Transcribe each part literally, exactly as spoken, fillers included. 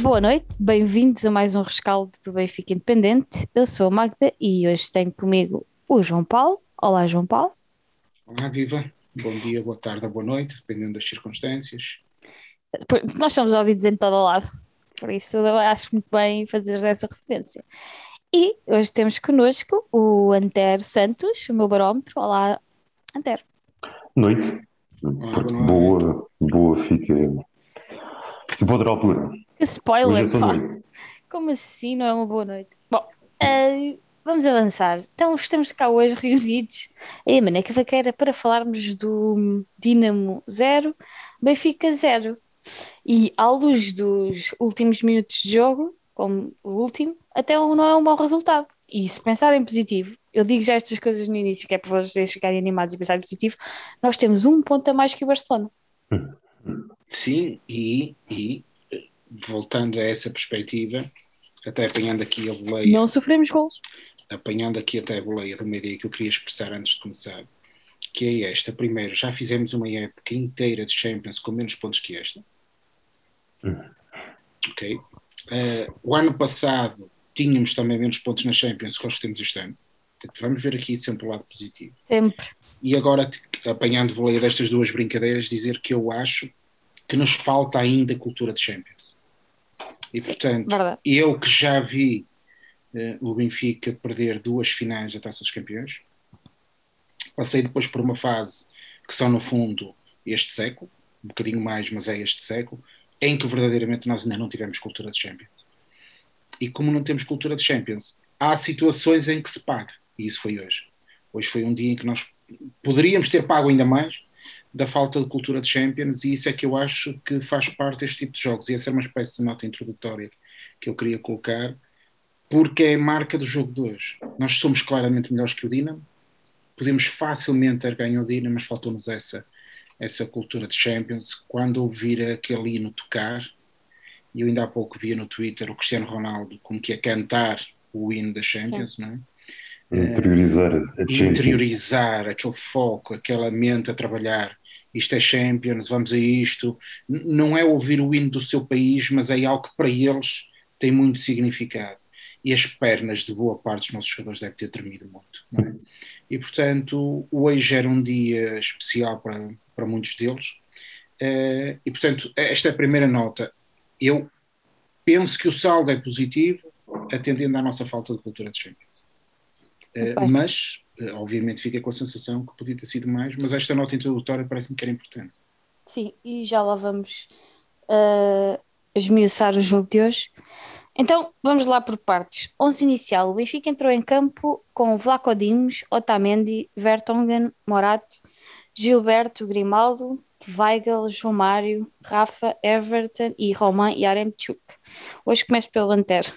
Boa noite, bem-vindos a mais um rescaldo do Benfica Independente. Eu sou a Magda e hoje tenho comigo o João Paulo. Olá, João Paulo. Olá, viva. Bom dia, boa tarde ou boa noite, dependendo das circunstâncias. Por- Nós somos ouvidos em todo o lado, por isso eu acho muito bem fazer essa referência. E hoje temos connosco o Antero Santos, o meu barómetro. Olá, Antero. Noite. Olá, Porque boa noite. boa, boa fica, fica para outra altura. Que Hoje spoiler, é só pá! noite. Como assim não é uma boa noite? Bom, eh, vamos avançar. Então estamos cá hoje reunidos em Maneca Vaqueira para falarmos do Dínamo zero, Benfica zero. E à luz dos últimos minutos de jogo, como o último, até um não é um mau resultado. E se pensar em positivo, eu digo já estas coisas no início, que é para vocês ficarem animados e pensar em positivo, nós temos um ponto a mais que o Barcelona. Sim, e, e eh, voltando a essa perspectiva, até apanhando aqui a boleia, Não sofremos gols. apanhando aqui até a boleia de uma ideia que eu queria expressar antes de começar, que é esta. Primeiro, já fizemos uma época inteira de Champions com menos pontos que esta. Ok? Eh, o ano passado tínhamos também menos pontos na Champions que os que temos este ano. Portanto, vamos ver aqui sempre o lado positivo. Sempre. E agora, t- apanhando boleia destas duas brincadeiras, dizer que eu acho que nos falta ainda cultura de Champions. E, Sim, portanto, verdade. eu que já vi eh, o Benfica perder duas finais da Taça dos Campeões, passei depois por uma fase que são, no fundo, este século, um bocadinho mais, mas é este século, em que verdadeiramente nós ainda não tivemos cultura de Champions. E como não temos cultura de Champions, há situações em que se paga. E isso foi hoje. Hoje foi um dia em que nós poderíamos ter pago ainda mais da falta de cultura de Champions, e isso é que eu acho que faz parte deste tipo de jogos. E essa era uma espécie de nota introdutória que eu queria colocar, porque é a marca do jogo de hoje. Nós somos claramente melhores que o Dinamo, podemos facilmente ter ganho o Dinamo, mas faltou-nos essa, essa cultura de Champions. Quando ouvir aquele hino tocar, e eu ainda há pouco via no Twitter o Cristiano Ronaldo como que ia cantar o hino da Sim. Champions, não é? Interiorizar a Champions. Interiorizar aquele foco, aquela mente a trabalhar. Isto é Champions, vamos a isto. N- Não é ouvir o hino do seu país, mas é algo que para eles tem muito significado. E as pernas de boa parte dos nossos jogadores devem ter tremido muito, não é? E portanto, hoje era um dia especial para, para muitos deles. Eh, e portanto, esta é a primeira nota. Eu penso que o saldo é positivo, atendendo à nossa falta de cultura de Champions. Muito Uh, bem. mas, uh, obviamente, fica com a sensação que podia ter sido mais, mas esta nota introdutória parece-me que era importante. Sim, e já lá vamos uh, esmiuçar o jogo de hoje. Então, vamos lá por partes. Onze inicial. O Benfica entrou em campo com Vlaco Dimos, Otamendi, Vertonghen, Morato, Gilberto, Grimaldo, Weigl, João Mário, Rafa, Everton e Romain Yaremchuk. Hoje começo pelo Antero.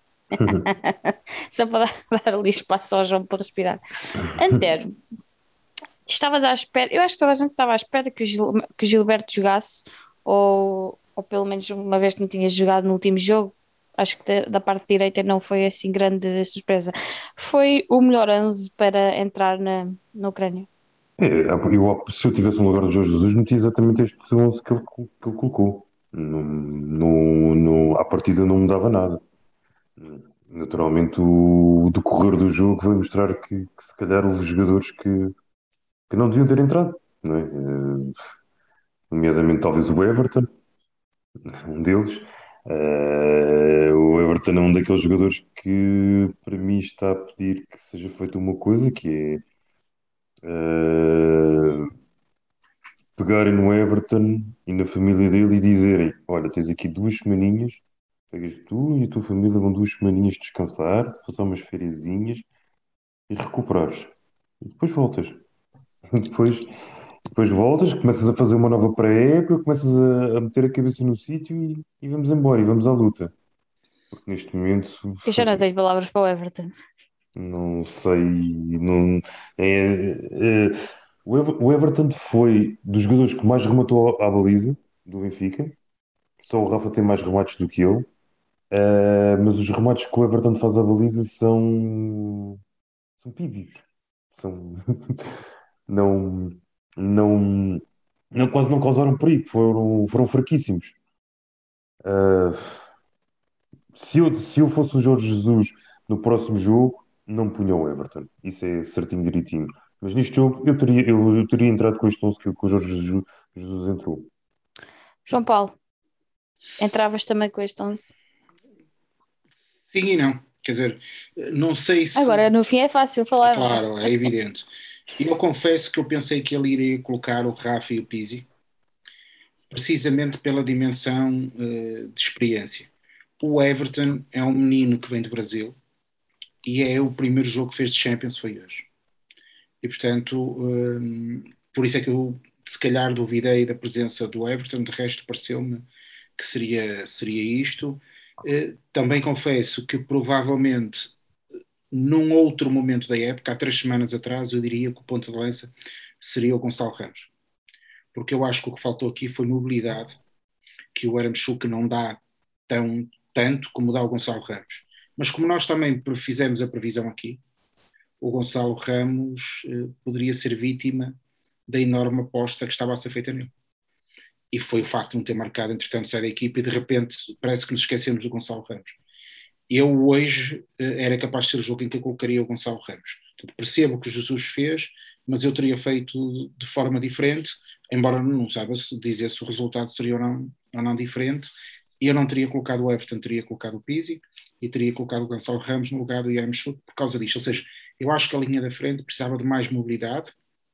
Só para dar, dar ali espaço ao João para respirar. Antero, estava à espera, eu acho que toda a gente estava à espera que o, Gil, que o Gilberto jogasse, ou, ou pelo menos uma vez que não tinha jogado no último jogo. Acho que da, da parte direita não foi assim grande surpresa. Foi o melhor onze para entrar na, na Ucrânia. É, eu, se eu tivesse no lugar do Jorge Jesus, metia exatamente este onze que ele, que ele colocou. No, no, no, à partida não mudava nada. Naturalmente, o, o decorrer do jogo vai mostrar que, que se calhar houve jogadores que, que não deviam ter entrado, não é? Eh, nomeadamente, talvez o Everton, um deles. Eh, o Everton é um daqueles jogadores que, para mim, está a pedir que seja feita uma coisa, que é eh, pegarem no Everton e na família dele e dizerem: olha, tens aqui duas semaninhas, pegas tu e a tua família vão duas semaninhas descansar, passar umas fériasinhas e recuperares. E depois voltas. Depois, depois voltas, começas a fazer uma nova pré-época, começas a, a meter a cabeça no sítio e, e vamos embora, e vamos à luta. Porque neste momento, Eu já não tenho palavras para o Everton. não sei, não, é, é, o Ever- o Everton foi dos jogadores que mais rematou à baliza do Benfica. Só o Rafa tem mais remates do que eu. Eh, mas os remates que o Everton faz à baliza são, são pífios. São, não, não, não, quase não causaram perigo, foram, foram fraquíssimos. Uh, se eu, se eu fosse o Jorge Jesus no próximo jogo, não punha o Everton. Isso é certinho, direitinho. Mas neste jogo eu teria, eu, eu teria entrado com este onze que, que o Jorge Jesus, Jesus entrou. João Paulo, entravas também com este onze? Sim e não. Quer dizer, não sei se. Agora, no fim é fácil falar, não é? Claro, é evidente. E eu confesso que eu pensei que ele iria colocar o Rafa e o Pizzi, precisamente pela dimensão uh, de experiência. O Everton é um menino que vem do Brasil e é o primeiro jogo que fez de Champions foi hoje. E portanto, um, por isso é que eu se calhar duvidei da presença do Everton, de resto pareceu-me que seria, seria isto. Uh, também confesso que provavelmente num outro momento da época, há três semanas atrás, eu diria que o ponto de lança seria o Gonçalo Ramos. Porque eu acho que o que faltou aqui foi mobilidade, que o Aramchuk não dá tão, tanto como dá o Gonçalo Ramos. Mas como nós também fizemos a previsão aqui, o Gonçalo Ramos eh, poderia ser vítima da enorme aposta que estava a ser feita nele. E foi o facto de não ter marcado, entretanto, sai da equipa e de repente parece que nos esquecemos do Gonçalo Ramos. Eu hoje eh, era capaz de ser o jogo em que eu colocaria o Gonçalo Ramos. Portanto, percebo o que o Jesus fez, mas eu teria feito de forma diferente, embora não saiba se dizer se o resultado seria ou não, ou não diferente. E eu não teria colocado o Everton, teria colocado o Pizzi e teria colocado o Gonçalo Ramos no lugar do Yarmouk por causa disto. Ou seja, eu acho que a linha da frente precisava de mais mobilidade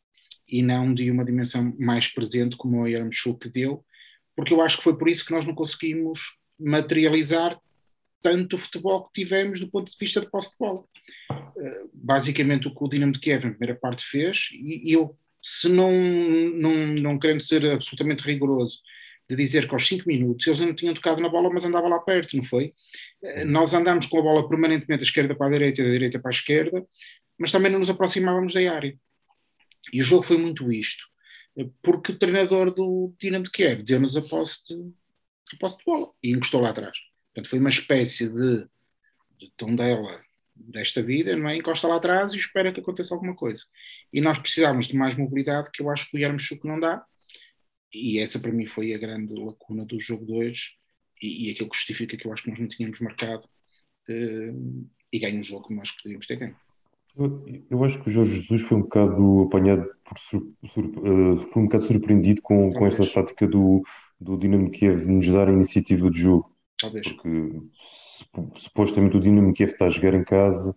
e não de uma dimensão mais presente como o Yarmouk deu, porque eu acho que foi por isso que nós não conseguimos materializar tanto o futebol que tivemos do ponto de vista de posse de bola. Uh, basicamente o que o Dinamo de Kiev na primeira parte fez, e, e eu, se não, não, não querendo ser absolutamente rigoroso, de dizer que aos cinco minutos eles não tinham tocado na bola, mas andava lá perto, não foi? Uh, nós andámos com a bola permanentemente da esquerda para a direita e da direita para a esquerda, mas também não nos aproximávamos da área. E o jogo foi muito isto, porque o treinador do Dinamo de Kiev deu-nos a posse de, a posse de bola e encostou lá atrás. Portanto, foi uma espécie de, de tondela desta vida, não é? Encosta lá atrás e espera que aconteça alguma coisa. E nós precisávamos de mais mobilidade, que eu acho que o Yarmouk não dá, e essa para mim foi a grande lacuna do jogo de hoje, e, e aquilo que justifica que eu acho que nós não tínhamos marcado uh, e ganho o jogo que nós poderíamos ter ganho. Eu, eu acho que o Jorge Jesus foi um bocado apanhado por sur, sur, uh, foi um bocado surpreendido com, com esta Talvez, tática do, do Dinamo Kiev de nos dar a iniciativa de jogo, talvez. porque supo- supostamente o Dinamo Kiev está a jogar em casa,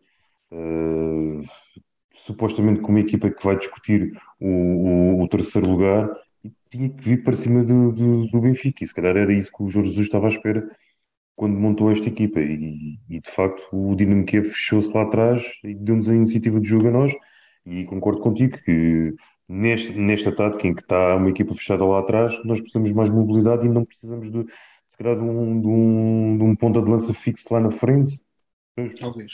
uh, supostamente com uma equipa que vai discutir o, o, o terceiro lugar e tinha que vir para cima do, do, do Benfica, e se calhar era isso que o Jorge Jesus estava à espera quando montou esta equipa e, e, de facto o Dinamo Kiev fechou-se lá atrás e deu-nos a iniciativa de jogo a nós e concordo contigo que neste, nesta tática em que está uma equipa fechada lá atrás nós precisamos de mais mobilidade e não precisamos de se calhar de um, de um, de um ponta de lança fixo lá na frente. Talvez.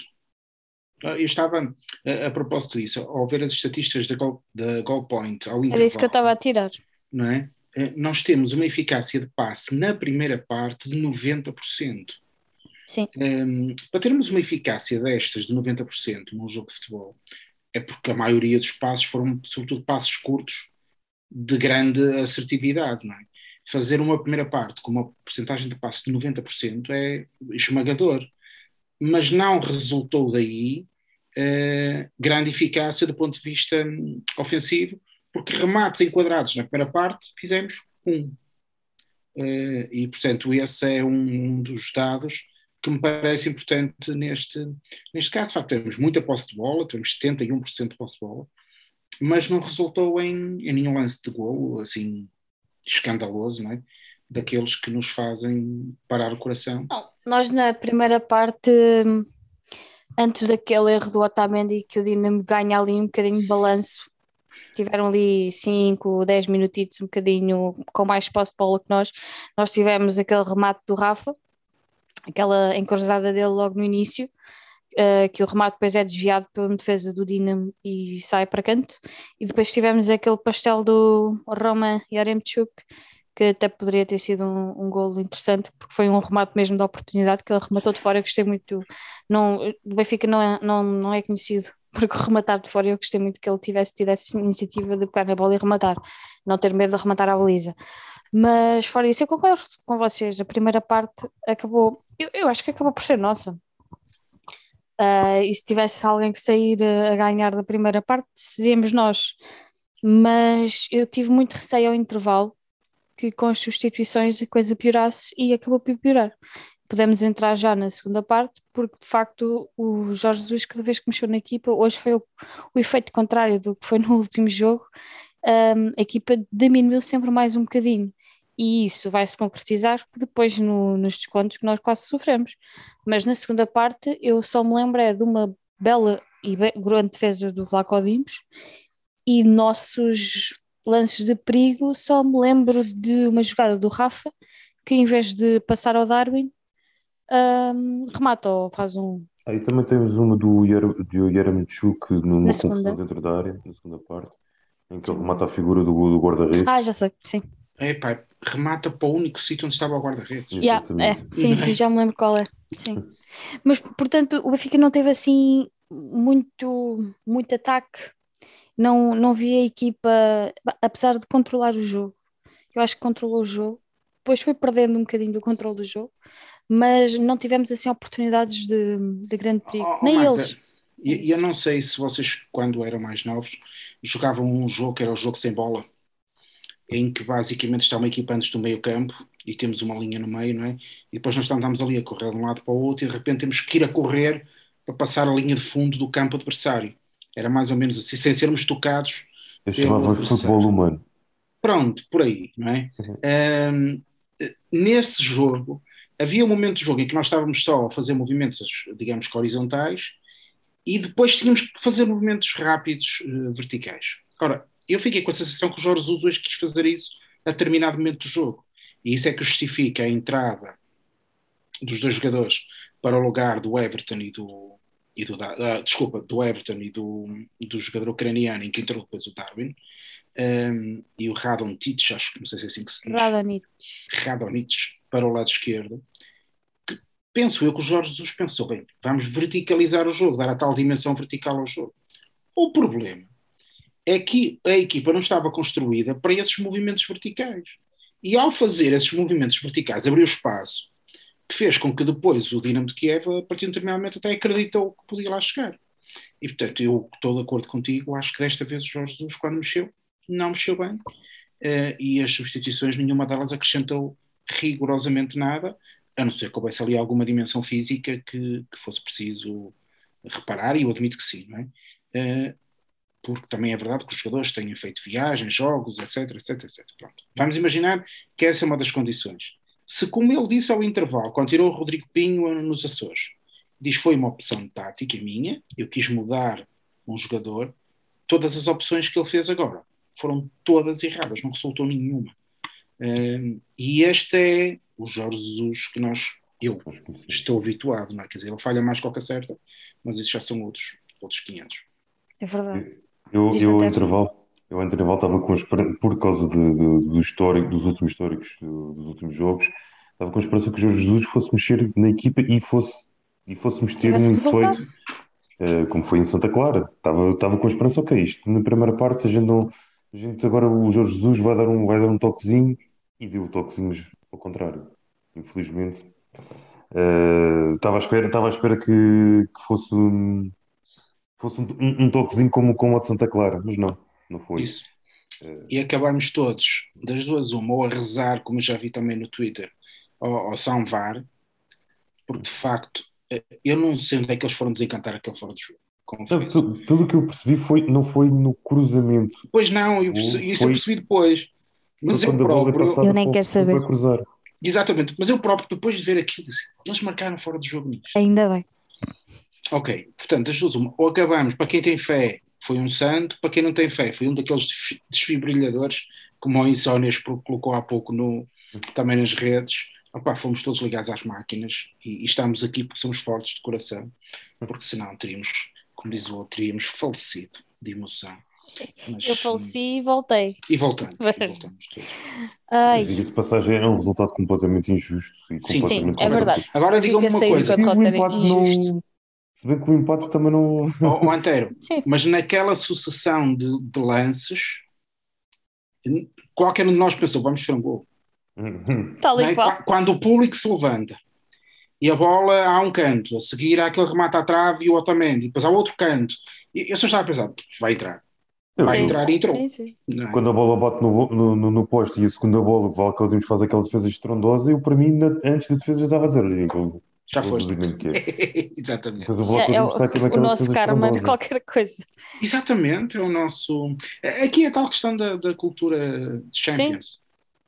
Eu estava, a, a propósito disso, ao ver as estatísticas da goal, da goal point ao Era isso que eu intervalo, estava a tirar. não é? Nós temos uma eficácia de passe na primeira parte de noventa por cento. Sim. Um, para termos uma eficácia destas de noventa por cento num jogo de futebol, é porque a maioria dos passos foram, sobretudo, passos curtos de grande assertividade, não é? Fazer uma primeira parte com uma porcentagem de passe de noventa por cento é esmagador, mas não resultou daí uh, grande eficácia do ponto de vista um, ofensivo, porque remates enquadrados na primeira parte fizemos um. Uh, e, portanto, esse é um, um dos dados que me parece importante neste, neste caso. De facto, temos muita posse de bola, temos setenta e um por cento de posse de bola, mas não resultou em, em nenhum lance de golo, assim, escandaloso, não é? Daqueles que nos fazem parar o coração. Não, nós na primeira parte, antes daquele erro do Otamendi, que o Dinamo ganha ali um bocadinho de balanço, tiveram ali cinco, dez minutitos um bocadinho com mais posse de bola que nós. Nós tivemos aquele remate do Rafa, aquela encruzada dele logo no início, uh, que o remate depois é desviado pela defesa do Dinamo e sai para canto. E depois tivemos aquele pastel do Roman Yaremchuk, que até poderia ter sido um, um golo interessante, porque foi um remate mesmo da oportunidade, que ele rematou de fora. Eu gostei muito. Não, o Benfica não é, não, não é conhecido porque rematar de fora eu gostei muito que ele tivesse tido essa iniciativa de pegar na bola e rematar, não ter medo de rematar à baliza. Mas fora isso, eu concordo com vocês, a primeira parte acabou, eu, eu acho que acabou por ser nossa. Uh, e se tivesse alguém que sair a ganhar da primeira parte, seríamos nós. Mas eu tive muito receio ao intervalo que com as substituições a coisa piorasse e acabou por piorar. Podemos entrar já na segunda parte, porque de facto o Jorge Jesus, cada vez que mexeu na equipa, hoje foi o, o efeito contrário do que foi no último jogo. Um, a equipa diminuiu sempre mais um bocadinho. E isso vai se concretizar depois no, nos descontos que nós quase sofremos. Mas na segunda parte eu só me lembrei de uma bela e be- grande defesa do Vlaco Dimos e nossos lances de perigo só me lembro de uma jogada do Rafa que em vez de passar ao Darwin hum, remata ou faz um Aí também temos uma do Yer- do Yaremchuk na numa confusão segunda. dentro da área, na segunda parte, em que Já ele não remata a lembro. figura do, do guarda-redes. Ah, já sei, sim. Epá, remata para o único sítio onde estava o guarda-redes. Yeah, é, Exatamente. sim, Não sim, é? já me lembro qual é. Sim. Mas, portanto, o Benfica não teve assim muito, muito ataque. Não, não vi a equipa, apesar de controlar o jogo. Eu acho que controlou o jogo. Depois foi perdendo um bocadinho do controle do jogo, mas não tivemos assim oportunidades de, de grande perigo. Oh, oh, Nem Magda, eles. Nem e- e eu eles. não sei se vocês, quando eram mais novos, jogavam um jogo que era o jogo sem bola, em que basicamente está uma equipa antes do meio campo e temos uma linha no meio, não é? E depois nós estamos ali a correr de um lado para o outro e de repente temos que ir a correr para passar a linha de fundo do campo adversário. Era mais ou menos assim, sem sermos tocados Eu pelo chamava futebol adversário. humano. Pronto, por aí, não é? Uhum. Ahm, nesse jogo, havia um momento do jogo em que nós estávamos só a fazer movimentos, digamos que horizontais, e depois tínhamos que fazer movimentos rápidos, eh, verticais. Ora, eu fiquei com a sensação que o Jorge Jesus hoje quis fazer isso a determinado momento do jogo. E isso é que justifica a entrada dos dois jogadores para o lugar do Everton e do. E do ah, desculpa, do Everton e do, do jogador ucraniano, em que entrou depois o Darwin, um, e o Radonjic, acho que não sei se é assim que se diz, Radonjic. Radonjic, para o lado esquerdo. Que penso eu que o Jorge Jesus pensou, bem, vamos verticalizar o jogo, dar a tal dimensão vertical ao jogo. O problema é que a equipa não estava construída para esses movimentos verticais. E ao fazer esses movimentos verticais, abriu espaço que fez com que depois o Dinamo de Kiev, a partir de um determinado momento, até acreditou que podia lá chegar. E, portanto, eu estou de acordo contigo, acho que desta vez o Jorge Jesus, quando mexeu, não mexeu bem, uh, e as substituições, nenhuma delas acrescentou rigorosamente nada, a não ser que houvesse ali alguma dimensão física que, que fosse preciso reparar, e eu admito que sim, não é? Uh, porque também é verdade que os jogadores têm feito viagens, jogos, etc, etc, etcétera. Pronto. Vamos imaginar que essa é uma das condições. Se, como ele disse ao intervalo, quando tirou o Rodrigo Pinho nos Açores, diz foi uma opção tática minha, eu quis mudar um jogador, todas as opções que ele fez agora foram todas erradas, não resultou nenhuma. Um, e este é o Jorge Jesus que nós, eu estou habituado, não é? Quer dizer, ele falha mais que qualquer certa, mas isso já são outros, outros quinhentos. É verdade. Eu, Diz eu, ao até. intervalo, eu ao intervalo estava com a esperança, por causa de, de- do histórico, dos últimos históricos do- dos últimos jogos, estava com a esperança que o Jorge Jesus fosse mexer na equipa e fosse, e fôssemos ter Tivesse um resultado. efeito, eh, como foi em Santa Clara. Estava, estava com a esperança, ok, isto na primeira parte a gente não, a gente agora o Jorge Jesus vai dar um, vai dar um toquezinho e deu o toquezinho, mas ao contrário, infelizmente. Eh, estava à espera, estava à espera que, que fosse, um, fosse um, um, um toquezinho como, como o de Santa Clara, mas não, não foi. Isso. Eh, E acabámos todos, das duas uma, ou a rezar, como eu já vi também no Twitter, ou, ou salvar, porque de facto eu não sei onde é que eles foram desencantar aquele fora de jogo, Não, confesso. pelo, pelo que eu percebi, foi, não foi no cruzamento. Pois não, eu Ou percebi, isso eu Foi, percebi depois, foi mas eu quando a bola é próprio, Eu passada nem para o quero que vai saber. cruzar. exatamente, mas eu próprio, depois de ver aquilo, disse, eles marcaram fora de jogo nisto. Ainda bem. Ok, portanto, das duas uma, ou acabamos, para quem tem fé, foi um santo, para quem não tem fé, foi um daqueles desfi- desfibrilhadores, como o Insónias colocou há pouco no, também nas redes. Opá, fomos todos ligados às máquinas e, e estamos aqui porque somos fortes de coração, porque senão teríamos, como diz o outro, teríamos falecido de emoção. Mas, Eu faleci e voltei. e voltamos, e Mas- voltamos todos. Ai, Diga-se de passagem, é um resultado completamente injusto e Sim, sim, completamente é verdade. Agora digam-me uma Fica seis coisa. com a Se o derrota empate injusto. não, Se bem que o empate também não. Ó, ó, Antero, Sim, mas naquela sucessão de, de lances, qualquer um de nós pensou, vamos ser um gol. tal Não e é? qual. Qua- Quando o público se levanta e a bola há um canto, a seguir há aquele remate à trave e o Otamendi, depois há outro canto, e eu só estava a pensar, vai entrar, Eu- vai Sim, entrar e entrou. sim, sim. Não é? Quando a bola bate no, no, no, no poste e a segunda bola, o Valcodimos faz aquela defesa estrondosa, eu para mim, na- antes da defesa, já estava a dizer: olha, gol Já gol do foste. Dinamo de Kiev. Exatamente. Depois o Já é Valcodimos o, sai aqui o naquela nosso defesa karma de estrondosa. qualquer coisa. Exatamente, é o nosso. Aqui é a tal questão da, da cultura de Sim, Champions.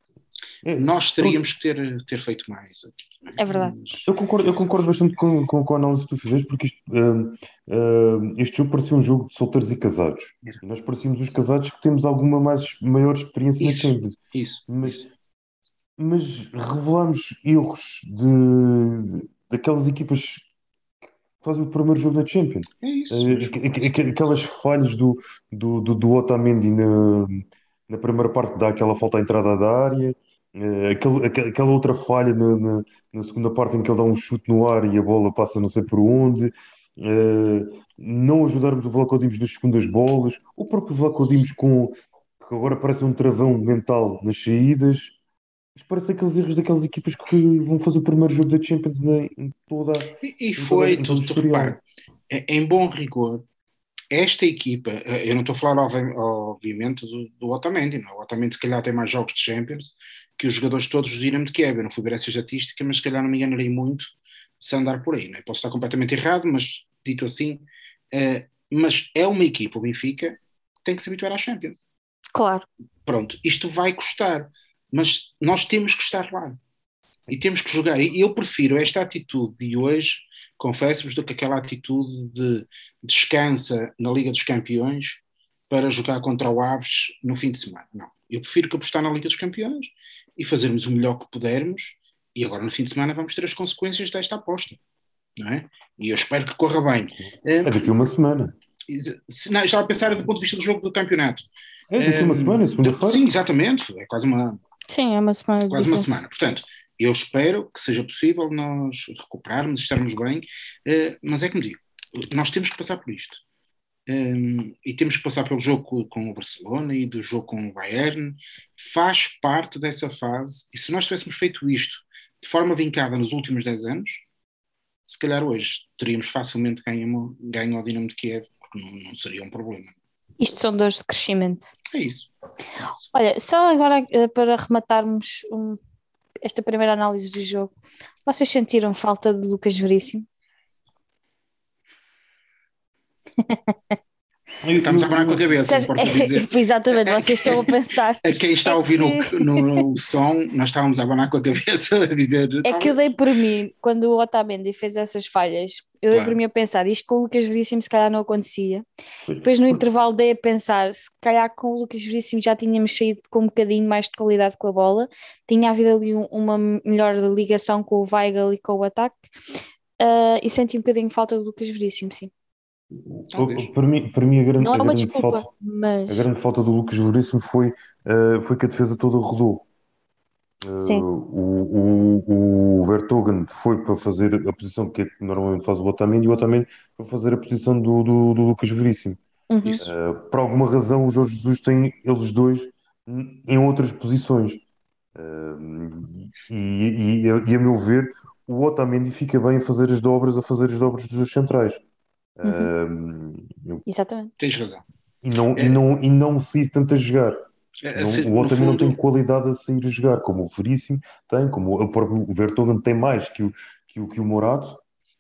É, Nós pronto, teríamos que ter, ter feito mais aqui, não é? é verdade. Mas eu concordo, eu concordo bastante com, com, com a análise que tu fizeste, porque isto, hum, hum, este jogo parecia um jogo de solteiros e casados. era E nós parecíamos os casados que temos alguma mais, maior experiência na isso, Champions. isso, Mas, isso. mas revelamos erros de, de- daquelas equipas fazem o primeiro jogo da Champions. É isso Eh, mesmo, aqu- aqu- aqu- basicamente. aquelas falhas do, do, do, do Otamendi na, na primeira parte, dá aquela falta à entrada da área, eh, aquele- aqua- aquela outra falha na, na, na segunda parte em que ele dá um chute no ar e a bola passa não sei por onde. Eh, não ajudarmos o Vlaco Dimos nas segundas bolas, o próprio Vlaco Dimos com que agora parece um travão mental nas saídas. Mas parece aqueles erros daquelas equipas que vão fazer o primeiro jogo da Champions na- em toda, E, e em toda, foi, em todo o tu, tu repara, historial. em em bom rigor, esta equipa, eh, eu não estou a falar, obvi- obviamente, do, do Otamendi, não. O Otamendi, se calhar, tem mais jogos de Champions que os jogadores todos do Dinamo de Kiev. Eu não fui ver essa estatística, mas se calhar não me enganarei muito se andar por aí, não é? Posso estar completamente errado, mas dito assim, eh, mas é uma equipa, o Benfica, que tem que se habituar à Champions. Claro. Pronto, isto vai custar, mas nós temos que estar lá e temos que jogar. E eu prefiro esta atitude de hoje, confesso-vos, do que aquela atitude de descansa na Liga dos Campeões para jogar contra o Aves no fim de semana. Não. Eu prefiro que apostar na Liga dos Campeões e fazermos o melhor que pudermos. E agora no fim de semana vamos ter as consequências desta aposta, não é? E eu espero que corra bem. É daqui a uma semana. Se- não, estava a pensar do ponto de vista do jogo do campeonato. É daqui a uma Um, semana, é de- segunda-feira. sim, exatamente. É quase uma, Sim, é uma semana de quase uma diferença. semana. Portanto, eu espero que seja possível nós recuperarmos, estarmos bem, eh, mas é como digo, nós temos que passar por isto. Um, e temos que passar pelo jogo com, com o Barcelona e do jogo com o Bayern. Faz parte dessa fase. E se nós tivéssemos feito isto de forma vincada nos últimos dez anos, se calhar hoje teríamos facilmente ganho, ganho ao Dinamo de Kiev, porque não, não seria um problema. Isto são dores de crescimento. É isso. Olha, só agora eh, para rematarmos um- esta primeira análise do jogo, vocês sentiram falta de Lucas Veríssimo? Eu, Estamos a abanar com a eu- cabeça, Sabes- importa dizer. Exatamente, vocês estão a pensar. A quem está É a ouvir no, que, no som, nós estávamos a abanar com a cabeça a dizer. é que eu talvez. dei por mim, quando o Otamendi fez essas falhas, eu dei por Claro. mim a pensar, isto com o Lucas Veríssimo se calhar não acontecia. pois, Depois no porque- intervalo dei a pensar, se calhar com o Lucas Veríssimo já tínhamos saído com um bocadinho mais de qualidade com a bola, tinha havido ali um- uma melhor ligação com o Weigl e com o ataque, ah, e senti um bocadinho de falta do Lucas Veríssimo, sim. Talvez. Para mim, para mim a grande, Não é a uma grande desculpa, falta, a mas grande falta do Lucas Veríssimo foi, eh, foi que a defesa toda rodou. Eh, sim, o, o, o Vertonghen foi para fazer a posição que, é que normalmente faz o Otamendi e o Otamendi para fazer a posição do, do, do Lucas Veríssimo. uhum, Isso. Eh, por alguma razão, o Jorge Jesus tem eles dois em em outras posições. Eh, e, e, e, a e a meu ver, o Otamendi fica bem a fazer as dobras, a fazer as dobras dos dois centrais. uhum, Eh, exatamente. Tens razão. e não, e É, não, e não sair tanto a jogar. é, Não, se- o no Otamendi não tem fundo, qualidade a sair a jogar, como o Veríssimo tem, como o próprio Vertonghen tem mais que o, que o, que o Morato.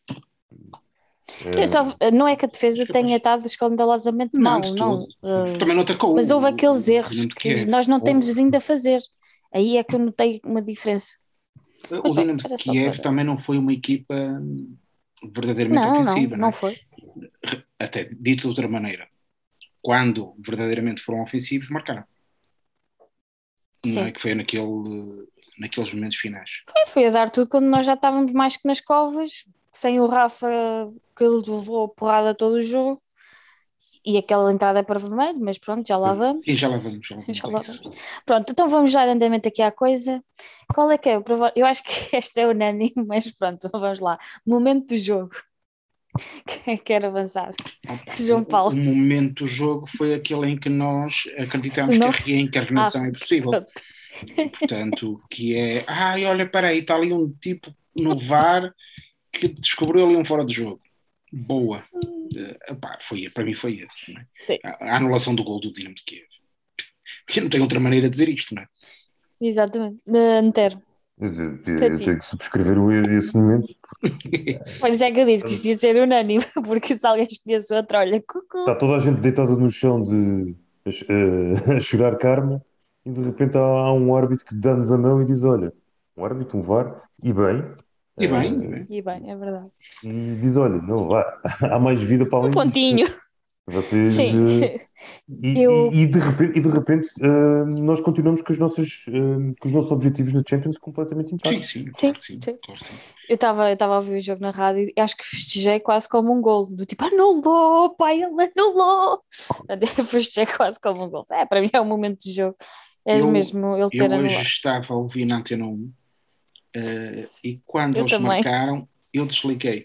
Eu só- Eh, não é que a defesa és capaz. tenha estado escandalosamente Não, mal, de não. todo. ah, Também não atacou mas houve o, aqueles o erros Dinamo de que Kiev. nós não temos o, vindo a fazer. Aí é que eu notei uma diferença. Mas O pronto, Dinamo de era só Kiev para. também não foi uma equipa hum, verdadeiramente Não, não, ofensiva, não não é? foi. Até dito de outra maneira, quando verdadeiramente foram ofensivos, marcaram. Não é? Sim. Que foi naquele, naqueles momentos finais. Foi, foi a dar tudo quando nós já estávamos mais que nas covas, sem o Rafa que ele levou a porrada todo o jogo. E aquela entrada é para vermelho, mas pronto, já lá vamos. Sim, já lá vamos, já lá vamos Já a lá isso. vamos. Pronto, então vamos dar andamento aqui à coisa. Qual é que é? o prova- Eu acho que esta é unânime, mas pronto, vamos lá. Momento do jogo. Quem quer avançar? Opa, João o, o Paulo. momento do jogo foi aquele em que nós Se acreditamos que não. a Ah, reencarnação é possível. pronto. Portanto, que é, ai, olha, peraí, está ali um tipo no V A R que descobriu ali um fora de jogo. Boa. Uh, epá, foi, para mim foi esse. Não é? Sim, A, a anulação do gol do Dinamo de Kiev. Porque não tem outra maneira de dizer isto, não é? exatamente. Uh, Antero, Eu, eu- para eu ti. tenho que subscrever o- esse momento. Por isso é que eu disse que isto ia ser unânime, porque se alguém escolhesse outro, olha, Está cucu. toda a gente deitada no chão de, a, a chorar karma e de repente há, há um árbitro que dá-nos a mão e diz: Olha, um árbitro, um V A R, e bem, E bem, Sim, e eh, bem. e bem, é verdade. e diz: Olha, não vá, há mais vida para Um além disto. pontinho. Vocês. Sim, eh, E, eu. e- e de repente, e de repente eh, nós continuamos com os nossos, eh, com os nossos objetivos na Champions completamente Sim, intactos. sim, Sim, claro que sim, sim. claro que sim. Eu estava eu estava a ouvir o jogo na rádio e acho que festejei quase como um gol, do tipo, anulou, pai, ele anulou. Eu festejei quase como um gol. É, para mim é um momento de jogo. É Eu, mesmo ele eu ter hoje anulado. estava a ouvir na Antena um uh, Sim, e quando eu eles também. marcaram, eu desliguei.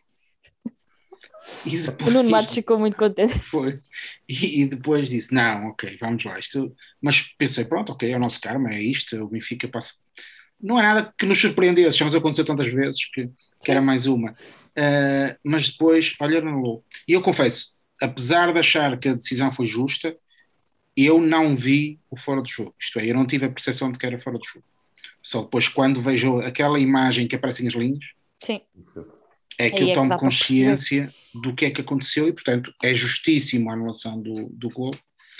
E O Nuno depois Matos ficou muito contente. foi. E, e depois disse: Não, ok, vamos lá. Isto... Mas pensei: Pronto, ok, é o nosso karma, é isto. O Benfica passa. Não é nada que nos surpreendesse, já nos aconteceu tantas vezes que, que era Sim, mais uma. Uh, mas depois, olha, anulou. E eu confesso, apesar de achar que a decisão foi justa, eu não vi o fora de jogo. Isto é, eu não tive a percepção de que era fora de jogo. Só depois, quando vejo aquela imagem que aparecem as linhas, sim. é que Aí eu é que tomo dá para perceber. consciência do que é que aconteceu e, portanto, é justíssimo a anulação do, do gol.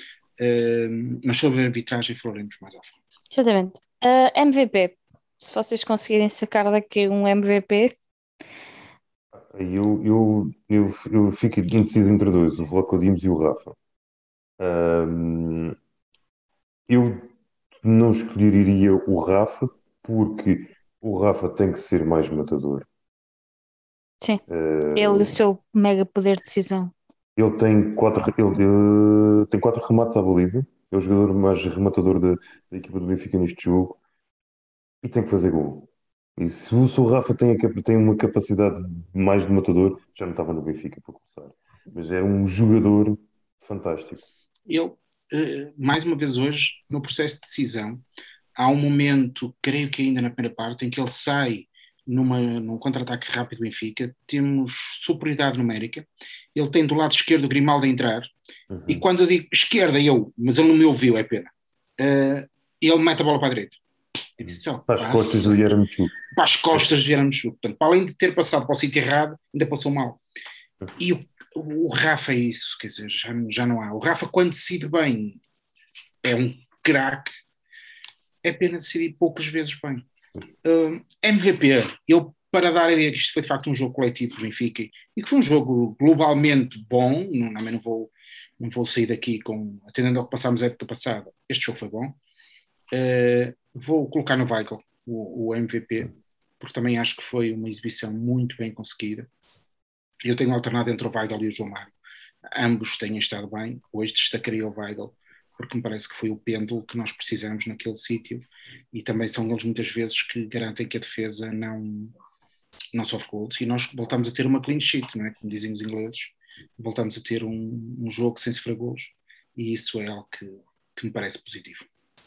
Uh, mas sobre a arbitragem falaremos mais à frente. Exatamente. Ah, M V P. Se vocês conseguirem sacar daqui um M V P, Aí Eu, eu, eu, eu fico indeciso entre dois, o Vlaco Dimos e o Rafa. Ahm, eu não escolheria o Rafa porque o Rafa tem que ser mais matador. sim. Ele e o Ah, seu mega poder de decisão. ele tem quatro, ele, eh, tem quatro remates à baliza. É o jogador mais rematador da, da equipa do Benfica neste jogo e tem que fazer gol. E se o seu Rafa tem, a capa- tem uma capacidade mais de matador, já não estava no Benfica para começar. Mas é um jogador fantástico. Ele, uh, mais uma vez hoje, no processo de decisão, há um momento, creio que ainda na primeira parte, em que ele sai numa, num contra-ataque rápido do Benfica, temos superioridade numérica, ele tem do lado esquerdo o Grimaldo a entrar, e Uhum. quando eu digo esquerda, eu, mas ele não me ouviu, é pena, uh, ele mete a bola para a direita. E disse só, Para as costas do passa Yaremchuk. para as costas de Vieira-Mexuco. Portanto, para além de ter passado para o sítio errado, ainda passou mal. E o, o Rafa é isso, quer dizer, já, já não há. O Rafa, quando decide bem, é um craque, é pena decidir poucas vezes bem. Uh, M V P, eu para dar a ideia que isto foi de facto um jogo coletivo do Benfica e que foi um jogo globalmente bom, não, não, não, vou, não vou sair daqui com, atendendo ao que passámos a época passada, este jogo foi bom. Uh, vou colocar no Weigl o, o M V P, porque também acho que foi uma exibição muito bem conseguida. Eu tenho alternado entre o Weigl e o João Mário. Ambos têm estado bem. Hoje destacaria o Weigl, porque me parece que foi o pêndulo que nós precisamos naquele sítio. E também são eles muitas vezes que garantem que a defesa não, não sofre gols. E nós voltamos a ter uma clean sheet, não é? Como dizem os ingleses. Voltamos a ter um, um jogo sem sofrer gols. E isso é algo que, que me parece positivo.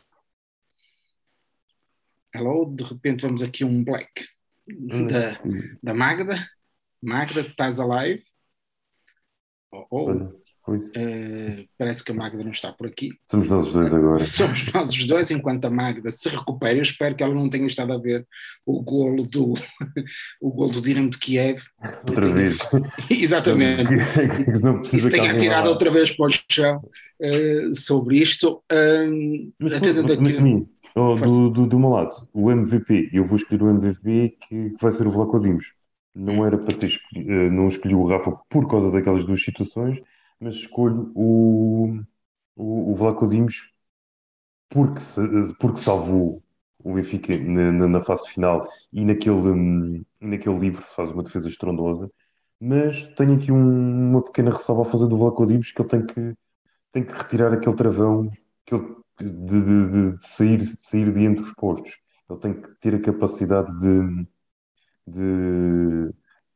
Hello, de repente vamos aqui um black da, da Magda. Magda, estás alive? Oh, oh. Olha, pois. Uh, parece que a Magda não está por aqui. Somos nós os dois agora. Somos nós os dois, enquanto a Magda se recupera. Eu espero que ela não tenha estado a ver o golo do, o golo do Dinamo de Kiev. Outra vez. Exatamente. Que não E precisa se que tenha alguém vá tirado lá. outra vez para o chão uh, sobre isto. Um, Mas atendendo a aqui. mim, oh, do, do, do meu lado, o M V P, eu vou escolher o M V P que, que vai ser o Vlaco Dimos. Não era para ter escolhido, eh, não escolhi o Rafa por causa daquelas duas situações, mas escolho o, o, o Vlaco Dimos porque, se- porque salvou o Benfica na, na- na fase final e naquele, hum, naquele livro faz uma defesa estrondosa. Mas tenho aqui um- uma pequena ressalva a fazer do Vlaco Dimos, que ele tem que, tem que retirar aquele travão que ele, de, de- de- de sair, de sair de entre os postos. Ele tem que ter a capacidade de, de,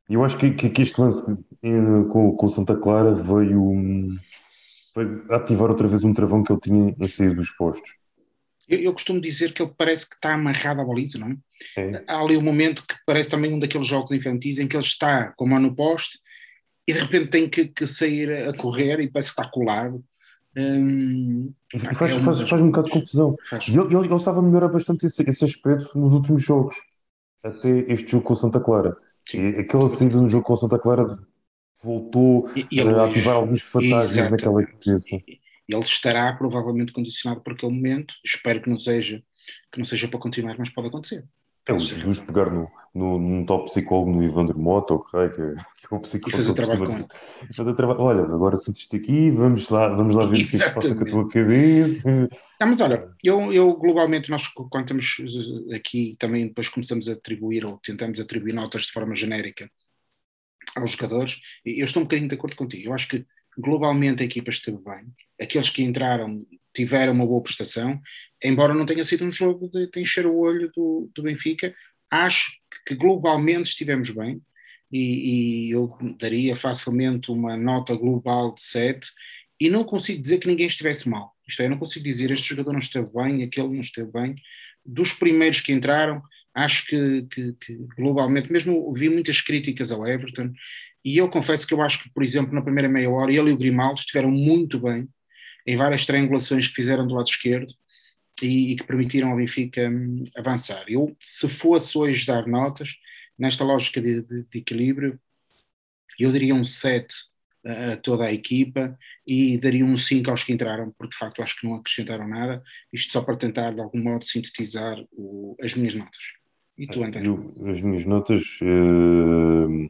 Eu acho que, que, que este lance eh, com, com o Santa Clara veio, hum, veio ativar outra vez um travão que ele tinha em sair dos postos. Eu, eu costumo dizer que ele parece que está amarrado à baliza, não é? É, Há ali um momento que parece também um daqueles jogos infantis em que ele está com a mão no poste e de repente tem que, que sair a correr e parece que está colado. Hum, e e é faz, uma faz, das faz um bocado de coisas. confusão. Faz. E ele, ele, ele estava a melhorar bastante esse, esse aspecto nos últimos jogos, até este jogo com o Santa Clara. E Sim, aquela estou saída contigo. no jogo com o Santa Clara voltou E e ele eh, a ativar hoje, alguns fantasmas naquela exatamente, cabeça. e- ele estará provavelmente condicionado por aquele momento. Espero que não seja, que não seja para continuar, mas pode acontecer. É o Caso seja Jesus razão. pegar no, no, num top psicólogo no Evandro Mota, ou que, raio que, é, que é o E psicólogo que fazer ele trabalho costuma com dizer. ele. Fazer trabalho. Olha, agora sentiste aqui, vamos lá, vamos lá ver o que é que se passa com a Exatamente. tua cabeça. Ah, mas olha, eu, eu globalmente, nós quando estamos aqui também depois começamos a atribuir ou tentamos atribuir notas de forma genérica aos jogadores, e eu estou um bocadinho de acordo contigo. Eu acho que globalmente a equipa esteve bem. Aqueles que entraram tiveram uma boa prestação, embora não tenha sido um jogo de, de encher o olho do, do Benfica. Acho que globalmente estivemos bem e, e eu daria facilmente uma nota global de sete e não consigo dizer que ninguém estivesse mal. Isto é, eu não consigo dizer este jogador não esteve bem, aquele não esteve bem. Dos primeiros que entraram, acho que, que, que, globalmente, mesmo vi muitas críticas ao Everton, e eu confesso que eu acho que, por exemplo, na primeira meia hora, ele e o Grimaldo estiveram muito bem em várias triangulações que fizeram do lado esquerdo e, e que permitiram ao Benfica hum, avançar. Eu, se fosse hoje dar notas, nesta lógica de, de, de equilíbrio, eu daria um sete a toda a equipa e daria um cinco aos que entraram, porque de facto acho que não acrescentaram nada, isto só para tentar de algum modo sintetizar o, as minhas notas. E tu, António? Eu, as minhas notas, eh,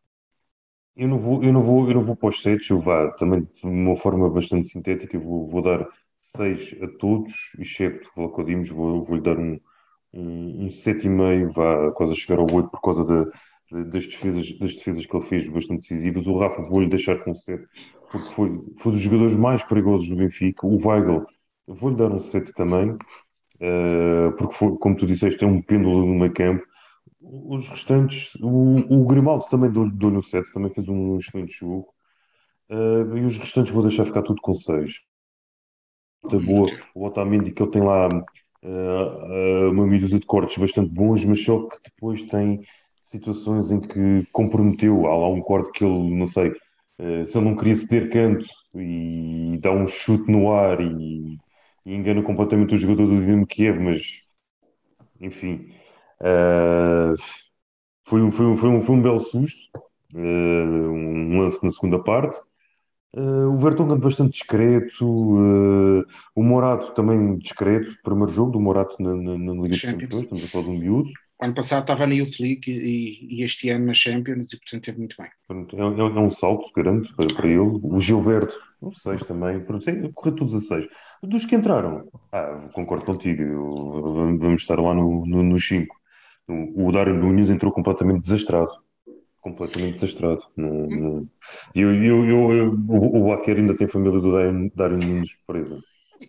eu não vou, eu não vou, eu não vou para os sets, eu vá também de uma forma bastante sintética, eu vou, vou dar seis a todos, exceto Vlaco Dimos, vou, vou-lhe dar um, um, um sete e meio, vá quase a chegar ao oito por causa da, da- das defesas, das defesas que ele fez bastante decisivas. O Rafa vou-lhe deixar com sete, porque foi, foi dos jogadores mais perigosos do Benfica. O Weigl, vou-lhe dar um sete também, eh, porque foi, como tu disseste, é um pêndulo no meio campo. Os restantes, o, o Grimaldo também dou- dou-lhe um sete, também fez um excelente jogo. Eh, e os restantes vou deixar ficar tudo com seis. Nota boa, Muito. o Otamendi, que ele tem lá eh, eh, uma medida de cortes bastante bons, mas só que depois tem situações em que comprometeu. Há lá um corte que ele, não sei, eh, se ele não queria ceder canto e dá um chute no ar e, e engana completamente o jogador do Dinamo Kiev, mas enfim, eh, foi, um- foi, um- foi, um, foi um belo susto, eh, um lance na segunda parte. Uh, o Vertonghen bastante discreto, uh, o Morato também discreto, primeiro jogo do Morato na, na- na Na Liga dos Campeões, Champions. estamos a falar de um miúdo. O ano passado estava na Youth League e, e este ano na Champions e portanto teve muito bem. Portanto, é, é- é um salto grande para, para ele. O Gilberto, um seis também, pronto, sei, correu todos a seis. Dos que entraram, ah, concordo contigo, eu- vamos vamos estar lá no, no, nos cinco. O, o Darwin Núñez entrou completamente desastrado, completamente desastrado. Não, não- Eu, eu, eu, eu- o, o Baquer ainda tem família do Darwin, Darwin Núñez presa.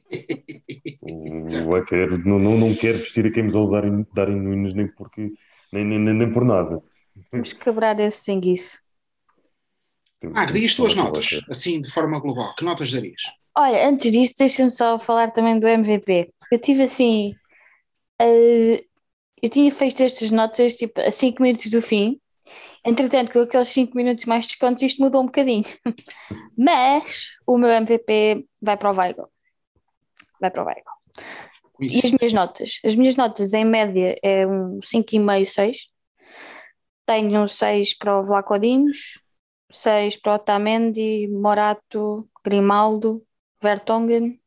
O Exato. vai querer, não, não, não quer vestir a camisola de Darem, Darem Nunes nem porque nem, nem, nem, nem por nada. Temos que quebrar esse senguiço. Temos, Ah, temos dias que tuas falar com o notas, Vaquer. assim de forma global. Que notas darias? Olha, antes disso, deixa-me só falar também do M V P. Eu tive assim, eh, eu tinha feito estas notas tipo a cinco minutos do fim. Entretanto, com aqueles cinco minutos mais descontos, isto mudou um bocadinho. Mas o meu M V P vai para o Weigl. Vai para o Weigl. E as Coincide. minhas notas? As minhas notas, em média, é um cinco e meio, seis. Tenho um seis para o Vlaco Dimos, seis para o Otamendi, Morato, Grimaldo, Vertonghen.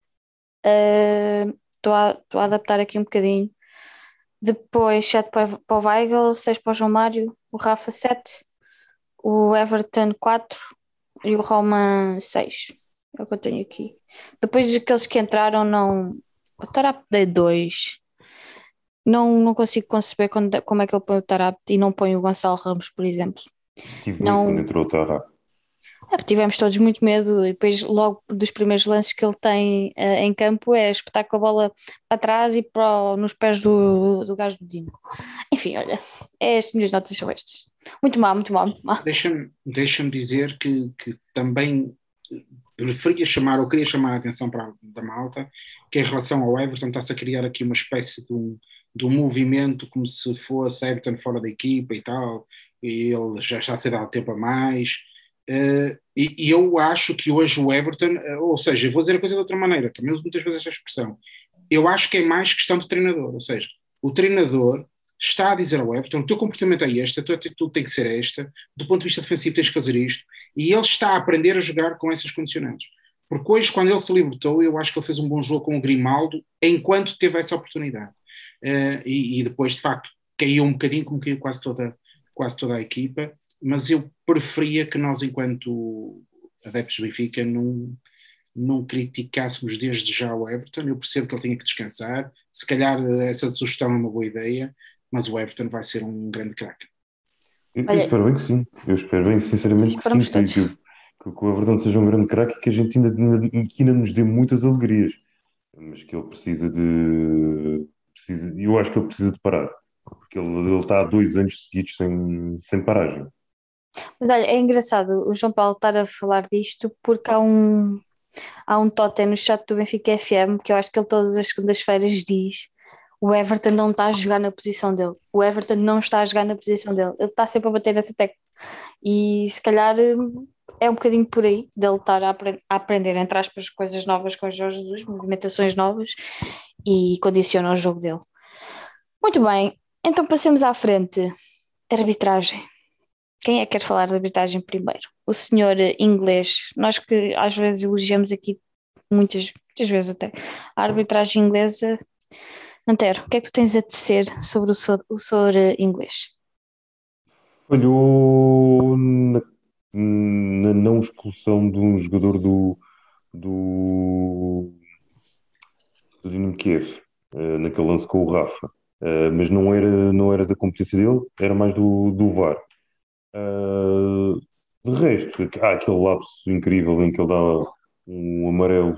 Estou a, estou a adaptar aqui um bocadinho. Depois sete para, para o Weigl, seis para o João Mário, o Rafa sete, o Everton quatro e o Roman seis. É o que eu tenho aqui. Depois aqueles que entraram não. O Tarap dei dois. Não, não consigo conceber quando- como é que ele põe o Tarap e não põe o Gonçalo Ramos, por exemplo. Tive dois quando Não, entrou o Tara. É, porque tivemos todos muito medo e depois logo dos primeiros lances que ele tem eh, em campo é espetar com a bola para trás e para o- nos pés do, do gajo do Dino. Enfim, olha, é as minhas notas são estas. Muito mal, muito mal, muito mal. Deixa-me deixa dizer que, que também preferia chamar, ou queria chamar a atenção para a, da malta, que em relação ao Everton está-se a criar aqui uma espécie de um, de um movimento como se fosse Everton fora da equipa e tal, e ele já está a ser dado tempo a mais. Uh, e, e eu acho que hoje o Everton, uh, ou seja, eu vou dizer a coisa de outra maneira, também uso muitas vezes esta expressão. Eu acho que é mais questão de treinador, ou seja, o treinador está a dizer ao Everton: o teu comportamento é este, a tua atitude tem que ser esta, do ponto de vista defensivo tens que fazer isto, e ele está a aprender a jogar com essas condicionantes. Porque hoje, quando ele se libertou, eu acho que ele fez um bom jogo com o Grimaldo, enquanto teve essa oportunidade. Uh, e, e depois, de facto, caiu um bocadinho, como caiu quase toda, quase toda a equipa, mas eu preferia que nós, enquanto adeptos do Benfica, não, não criticássemos desde já o Everton. Eu percebo que ele tinha que descansar, se calhar essa sugestão é uma boa ideia, mas o Everton vai ser um grande craque. Eu, eu Olha, espero bem que sim. Eu espero bem, sinceramente, que sim, esperamos que, todos. que, que, que o Everton seja um grande craque e que a gente ainda, ainda- que ainda nos dê muitas alegrias. Mas que ele precisa de. Precisa, eu acho que ele precisa de parar. Porque ele, ele está há dois anos seguidos sem, sem paragem. Mas olha, é engraçado o João Paulo estar a falar disto porque há um, há um totem no chat do Benfica F M que eu acho que ele todas as segundas-feiras diz: o Everton não está a jogar na posição dele, o Everton não está a jogar na posição dele, ele está sempre a bater essa tecla e se calhar hum, é um bocadinho por aí dele estar a, apre- a aprender, entre aspas, coisas novas com o Jorge Jesus, movimentações novas e condiciona o jogo dele. Muito bem, então passemos à frente. Arbitragem. Quem é que quer falar de arbitragem primeiro? O senhor eh, inglês. Nós que às vezes elogiamos aqui, muitas, muitas vezes até, a arbitragem inglesa. Antero, o que é que tu tens a dizer sobre o senhor, o senhor eh, inglês? Falhou na, na não expulsão de um jogador do, do, do Dinamo Kiev, eh, naquele lance com o Rafa. Eh, mas não era, não era da competência dele, era mais do, do V A R. Eh, de resto, há aquele lapso incrível em que ele dá um amarelo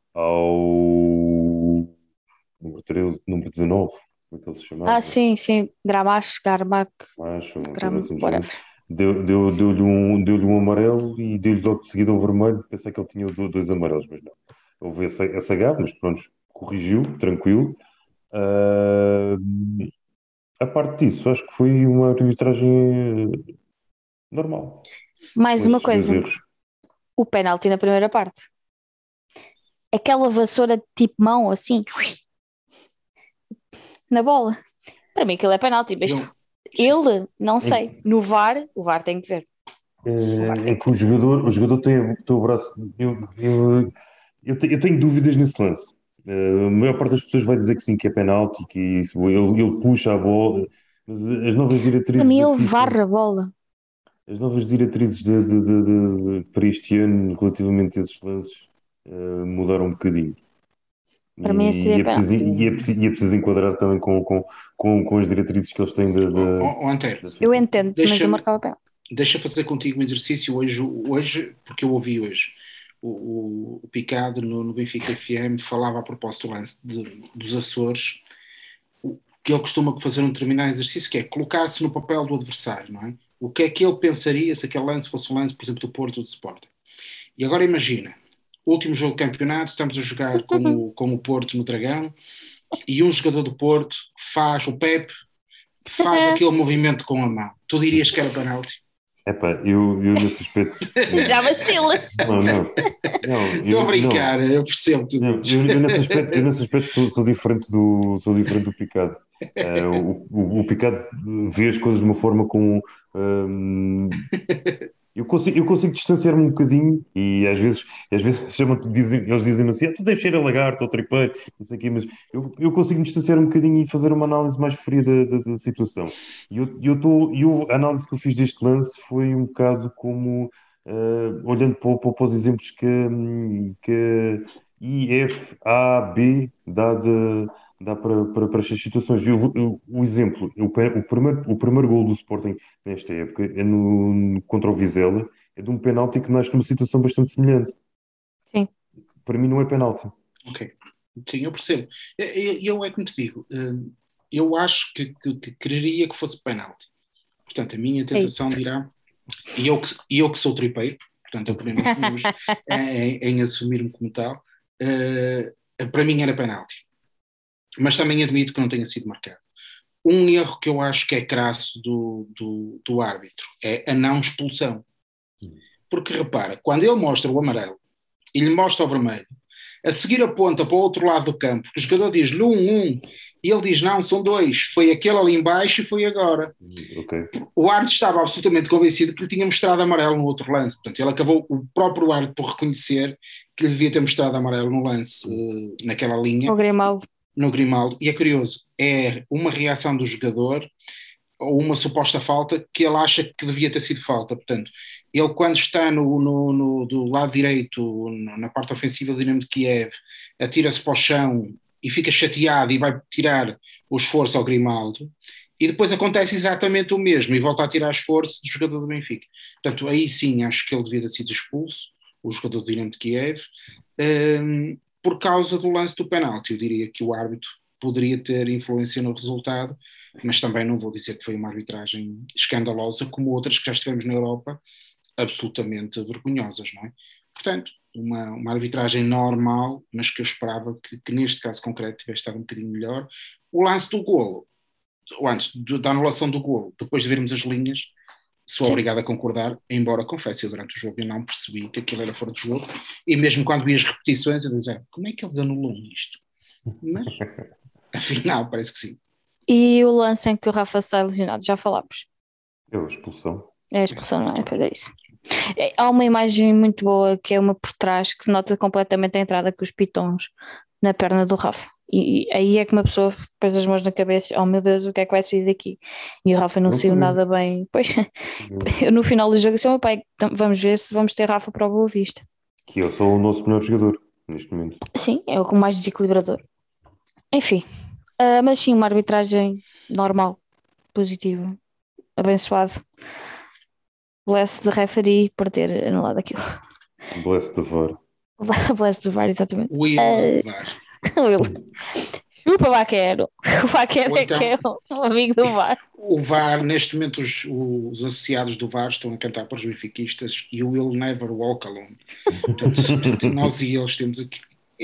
ao número treze, número dezanove, como é que ele se Ah, chamava? sim, sim, Gramacho, Garmac, Acho, uma coisa Gram, assim do género. whatever. Deu, deu, deu-lhe um, deu-lhe um amarelo e deu-lhe logo de seguida o vermelho. Pensei que ele tinha do- dois amarelos, mas não. Houve essa, essa gafe, mas pronto, corrigiu, tranquilo. Ah, a parte disso, acho que foi uma arbitragem eh, normal, Mais com uma estes dois coisa, erros. o penalti na primeira parte. Aquela vassoura de tipo mão, assim, na bola. Para mim aquilo é penalti, mas Eu, ele, não Em, sei. No V A R, o V A R tem que ver. O V A R eh, tem em que que o ver. jogador, o jogador tem, a- tem o braço. Eu, eu, eu, te- eu tenho dúvidas nesse lance. Eh, a maior parte das pessoas vai dizer que sim, que é penalti, que isso, ele, ele puxa a bola, mas as novas Para diretrizes mim da ele FIFA, varre a bola. as novas diretrizes de, de- de- de- de- para este ano relativamente a esses lances, eh, mudaram um bocadinho. Para mim E seria é preciso, penalti. e é preciso, e é preciso enquadrar também com, com, com, com as diretrizes que eles têm da, oh, da, oh, oh, Antero, da Eu FIFA. entendo, mas eu deixa-me marcava penalti. deixa fazer contigo um exercício hoje, hoje porque eu ouvi hoje. O, o, o Picado no, no Benfica F M falava a propósito do lance de, dos Açores, o, que ele costuma fazer um determinado exercício, que é colocar-se no papel do adversário, não é? O que é que ele pensaria se aquele lance fosse um lance, por exemplo, do Porto ou do Sporting? E agora imagina, último jogo do campeonato, estamos a jogar com o, com o Porto no Dragão, e um jogador do Porto faz, o Pepe, faz aquele movimento com a mão. Tu dirias que era penalti? Epá, eu, eu nesse aspecto, Já não. vacilas. Não, não, não, Estou a eu, não, brincar, eu percebo o que tu não, dizes. eu, eu nesse aspecto, eu nesse aspecto sou, sou diferente do, sou diferente do Picado. Eh, o, o, o Picado vê as coisas de uma forma com, hum, eu consigo, eu consigo distanciar-me um bocadinho e às vezes, às vezes chamam, dizem, eles dizem-me assim: ah, tu deves ser a lagarto ou tripeiro, não sei o quê, mas eu, eu consigo me distanciar um bocadinho e fazer uma análise mais fria da, da, da situação. E eu, eu tô, eu, a análise que eu fiz deste lance foi um bocado como, ah, olhando para, o- para, para os exemplos que, hum, que I, F, A, B dá, de, dá para, para, para estas situações. Eu, vou- eu, o exemplo, eu, o primeiro, o primeiro gol do Sporting nesta época é no, contra o Vizela é de um penalti que nasce numa situação bastante semelhante. Sim. Para mim não é penalti. Ok. Sim, eu percebo. Eu, eu é como te digo, hum, eu acho que, que, que quereria que fosse penalti. Portanto, a minha tentação isso. dirá, e eu que, e eu que sou tripeiro, portanto, eu podemos assumir em, em assumir-me como tal, uh, para mim era penalti. Mas também admito que não tenha sido marcado. Um erro que eu acho que é crasso do, do, do árbitro é a não expulsão. Porque repara, quando ele mostra o amarelo e lhe mostra o vermelho, a seguir aponta para o outro lado do campo, o jogador diz-lhe um, um, e ele diz não, são dois, foi aquele ali embaixo e foi agora. Okay. O árbitro estava absolutamente convencido que lhe tinha mostrado amarelo no outro lance, portanto ele acabou, o próprio árbitro, por reconhecer que lhe devia ter mostrado amarelo no lance, uh, naquela linha. O Grimaldo. No Grimaldo, e é curioso, é uma reação do jogador ou uma suposta falta que ele acha que devia ter sido falta. Portanto, ele quando está no, no, no do lado direito, na parte ofensiva do Dinamo de Kiev, atira-se para o chão e fica chateado e vai tirar o esforço ao Grimaldo, e depois acontece exatamente o mesmo e volta a tirar esforço do jogador do Benfica. Portanto, aí sim acho que ele devia ter sido expulso, o jogador do Dinamo de Kiev, um, por causa do lance do penalti. Eu diria que o árbitro poderia ter influência no resultado, mas também não vou dizer que foi uma arbitragem escandalosa, como outras que já estivemos na Europa, absolutamente vergonhosas, não é? Portanto, uma, uma arbitragem normal, mas que eu esperava que, que neste caso concreto tivesse estado um bocadinho melhor. O lance do golo, ou antes de, da anulação do golo, depois de vermos as linhas, sou Sim. obrigado a concordar, embora confesso, eu durante o jogo eu não percebi que aquilo era fora de jogo, e mesmo quando vi as repetições eu dizia, como é que eles anulam isto? Mas, afinal, parece que sim. E o lance em que o Rafa sai lesionado, já falámos. É a expulsão. É a expulsão, não é? É isso. É, há uma imagem muito boa que é uma por trás que se nota completamente a entrada com os pitons na perna do Rafa. E, e aí é que uma pessoa pôs as mãos na cabeça, oh meu Deus, o que é que vai sair daqui? E o Rafa não, não saiu nada bem. Pois, eu no final do jogo disse, meu pai, então vamos ver se vamos ter Rafa para o Boa Vista. Que é só o nosso melhor jogador neste momento. Sim, é o mais desequilibrador. Enfim, uh, mas sim, uma arbitragem normal, positiva, abençoado. Bless the referee por ter anulado aquilo. Bless the V A R. Bless the V A R, exatamente. Will uh, V A R. Will. Chupa, Vaquero. O Vaquero então, é que é um amigo do V A R. O V A R, neste momento, os, os associados do V A R estão a cantar para os benfiquistas e o Will Never Walk Alone. Portanto, nós e eles temos aqui.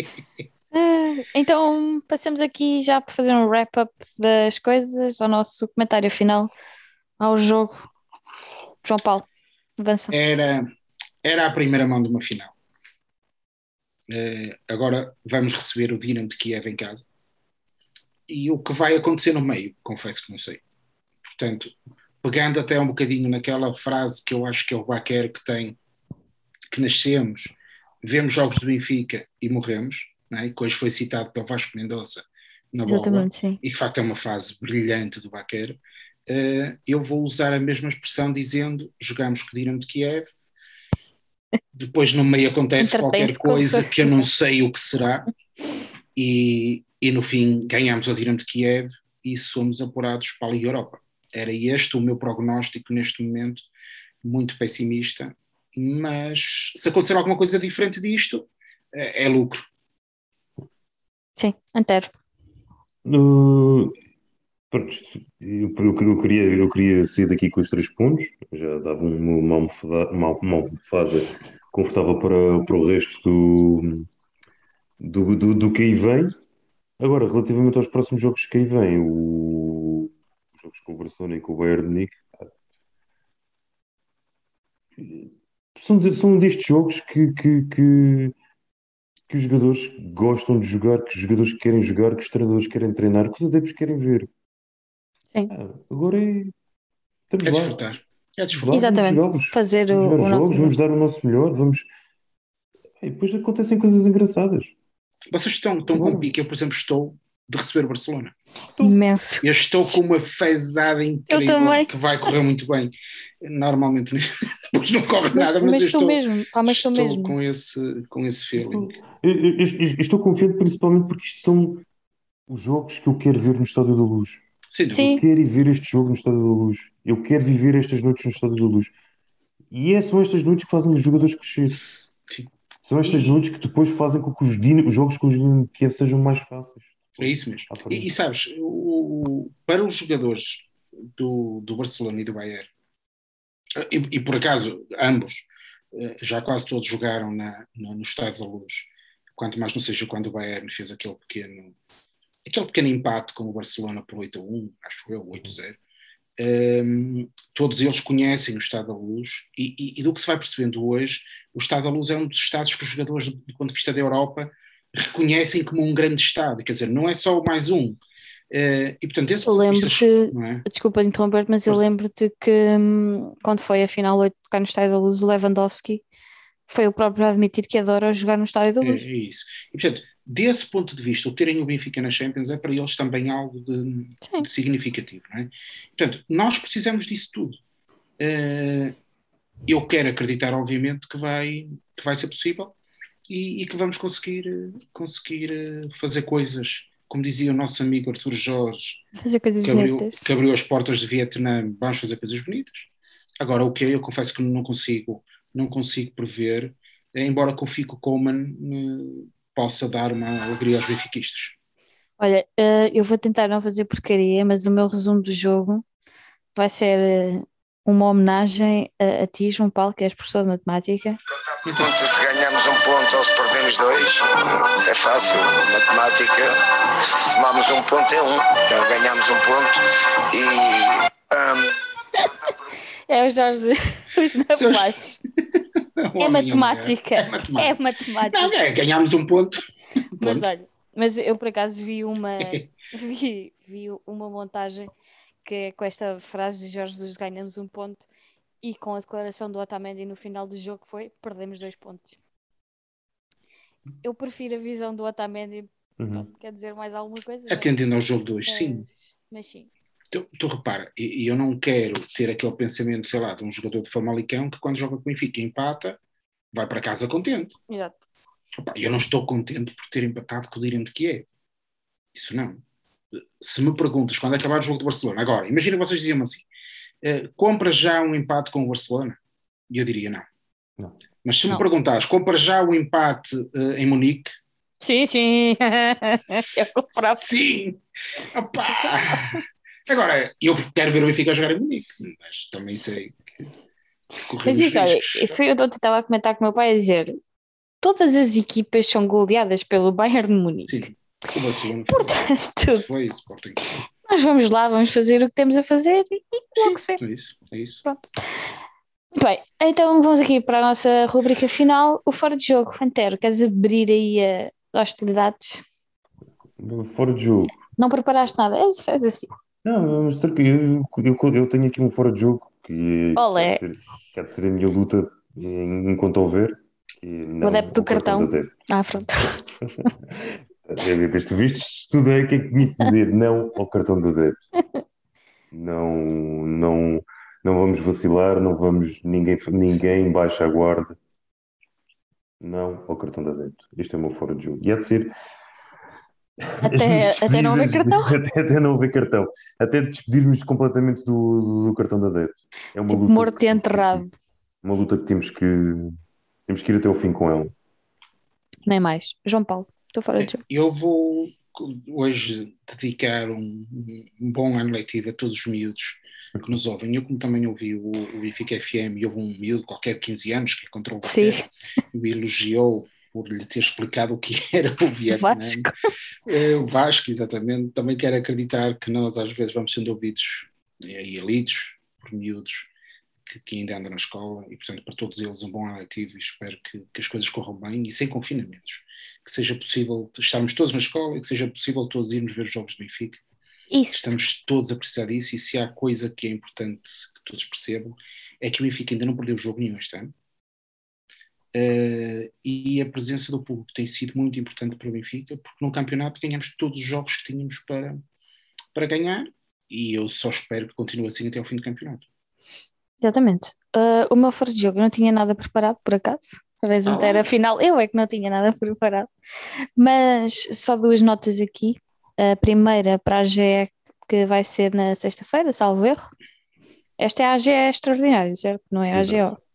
Então, passamos aqui já para fazer um wrap-up das coisas, ao nosso comentário final, ao jogo. João Paulo, avança. Era, era a primeira mão de uma final. Uh, agora vamos receber o Dinamo de Kiev em casa. E o que vai acontecer no meio, confesso que não sei. Portanto, pegando até um bocadinho naquela frase que eu acho que é o Baquer que tem, que nascemos, vemos jogos do Benfica e morremos, não é? Que hoje foi citado pelo Vasco Mendonça na bola, sim. e de facto é uma fase brilhante do Baquer. Uh, eu vou usar a mesma expressão dizendo, jogamos com o Dinamo de Kiev, depois no meio acontece qualquer coisa que eu não sei o que será, e, e no fim ganhamos o Dinamo de Kiev e somos apurados para a Liga Europa. Era este o meu prognóstico neste momento, muito pessimista, mas se acontecer alguma coisa diferente disto, é, é lucro. Sim, inteiro. Uh, eu, eu, queria, eu queria sair daqui com os três pontos, já dava uma, uma, almofada, uma, uma almofada confortável para, para o resto do, do, do, do que aí vem. Agora, relativamente aos próximos jogos que aí vem, o, os jogos com o Barcelona e com o Bayern de Munique, são, de, são destes jogos que, que, que, que os jogadores gostam de jogar, que os jogadores querem jogar, que os treinadores querem treinar, que os adeptos querem ver. Sim. Ah, agora é. Estamos é lá. desfrutar. É desfrutar. Exatamente. Vamos fazer vamos o, jogar o jogos, nosso vamos dar o nosso melhor, vamos. E depois acontecem coisas engraçadas. Vocês estão, estão com pique, eu por exemplo estou de receber o Barcelona. Imenso. Eu estou com uma fezada incrível que vai correr muito bem. Normalmente depois não corre mas, nada, mas, mas eu estou, estou, mesmo. Ah, mas estou, estou mesmo. com esse, com esse feeling. Eu, eu, eu, eu estou confiante principalmente porque isto são os jogos que eu quero ver no Estádio da Luz. Sim, eu quero ir ver este jogo no Estádio da Luz. Eu quero viver estas noites no Estádio da Luz. E é, são estas noites que fazem os jogadores crescer. Sim. São estas E- noites que depois fazem com que os, din- os jogos com os Dinamo de Kiev sejam mais fáceis. É isso mesmo. À E, frente. e sabes, o, o- para os jogadores do, do Barcelona e do Bayern, e, e por acaso ambos, eh, já quase todos jogaram na, no, no Estádio da Luz, quanto mais não seja quando o Bayern fez aquele pequeno, aquele pequeno empate com o Barcelona por oito a um, acho eu, oito a zero. Um, todos eles conhecem o Estado da Luz e, e, e do que se vai percebendo hoje, o Estado da Luz é um dos estados que os jogadores, do ponto de vista da Europa, reconhecem como um grande estado, quer dizer, não é só mais um. Uh, e portanto, esse Eu ponto de vista, lembro-te, não é? desculpa interromper, mas eu Força. lembro-te que hum, quando foi a final oito cá no Estádio da Luz, o Lewandowski foi o próprio a admitir que adora jogar no Estádio da É, Luz. é isso. E portanto, desse ponto de vista, o terem o Benfica na Champions é para eles também algo de, Sim. de significativo, não é? Portanto, nós precisamos disso tudo. Uh, eu quero acreditar, obviamente, que vai, que vai ser possível e, e que vamos conseguir, conseguir fazer coisas, como dizia o nosso amigo Artur Jorge, Fazer coisas que abriu, bonitas. que abriu as portas de Vietnã, vamos fazer coisas bonitas. Agora, o que eu confesso que não consigo, não consigo prever, embora confie que o Koeman eh, possa dar uma alegria aos benfiquistas. Olha, eh, eu vou tentar não fazer porcaria, mas o meu resumo do jogo vai ser eh, uma homenagem a, a ti, João Paulo, que és professor de matemática. Ponto, se ganhamos um ponto ou se perdemos dois, isso é fácil. Matemática, se somamos um ponto é um. Então ganhamos um ponto e. Um... É o Jorge, os na Seus- flash. O É homem e a mulher. matemática. É matemática. É matemática. Não, é, ganhámos um ponto. Mas Ponto. olha, mas eu por acaso vi uma, vi, vi uma montagem que é com esta frase de Jorge Jesus, ganhamos um ponto, e com a declaração do Otamendi no final do jogo foi, perdemos dois pontos. Eu prefiro a visão do Otamendi, Uhum. pronto, quer dizer mais alguma coisa? Não, Atendendo ao jogo de hoje, sim. mas, mas sim. Tu, tu repara, e, e eu não quero ter aquele pensamento, sei lá, de um jogador de Famalicão que quando joga com o Benfica e empata, vai para casa contente. Exato. Opa, eu não estou contente por ter empatado com o Dinamo de Kiev. Isso não. Se me perguntas quando acabar o jogo do Barcelona, agora, imagina vocês diziam assim, eh, compras já um empate com o Barcelona? E eu diria não. Não. Mas se Não. me perguntares, compras já o empate eh, em Munique? Sim, sim. Eu comprava. Sim! Opa! Agora, eu quero ver o Benfica jogar em Munique, mas também sei que correu Mas os isso, olha, riscos. eu fui- eu estava a comentar com o meu pai a dizer, todas as equipas são goleadas pelo Bayern de Munique. Sim, o Barcelona foi, Portanto, foi o Sporting. nós vamos lá, vamos fazer o que temos a fazer e logo se vê. É isso, é isso. Pronto. Muito bem, então vamos aqui para a nossa rubrica final, o fora de jogo. Antero, queres abrir aí a hostilidades? Fora de jogo. Não preparaste nada, és, és assim. Não, mas tranquilo, eu, eu, eu tenho aqui um fora de jogo que Olé. quer ser, quer ser a minha luta em- enquanto houver. E não adepto do o cartão cartão. da adepto. Ah, pronto. Este visto, estudei o que é que tinha que dizer. Não ao cartão da adepto. Não, não, não vamos vacilar, não vamos, ninguém, ninguém baixa a guarda. Não ao cartão da adepto. Este é o meu fora de jogo. E há de ser. Até, as até não haver despedidas- cartão. Até, até não haver cartão. Até despedirmos completamente do, do, do cartão da adepto. É uma Tipo, luta morto que- e enterrado. Uma luta que temos que temos que ir até ao fim com ela. Nem mais. João Paulo, estou fora de jogo. Eu vou hoje dedicar um, um bom ano letivo a todos os miúdos que nos ouvem. Eu, como também ouvi o, o Benfica F M, e houve um miúdo qualquer de quinze anos que encontrou o Sim. Vasco e o elogiou por lhe ter explicado o que era o Vietnã. Vasco. É, o Vasco, exatamente. Também quero acreditar que nós às vezes vamos sendo ouvidos e elidos por miúdos que, que ainda andam na escola e, portanto, para todos eles um bom ano letivo e espero que, que as coisas corram bem e sem confinamentos. Que seja possível estarmos todos na escola e que seja possível todos irmos ver os jogos do Benfica. Isso. Estamos todos a precisar disso e se há coisa que é importante que todos percebam é que o Benfica ainda não perdeu jogo nenhum este ano. Uh, e a presença do público tem sido muito importante para o Benfica, porque no campeonato ganhamos todos os jogos que tínhamos para, para ganhar e eu só espero que continue assim até ao fim do campeonato. Exatamente. Uh, o meu fora de jogo, eu não tinha nada preparado, por acaso. A vez Ah, inteira, lá. afinal, eu é que não tinha nada preparado. Mas só duas notas aqui. A primeira para a A G E, que vai ser na sexta-feira, salvo erro. Esta é a A G E extraordinária, certo? Não é a AGO.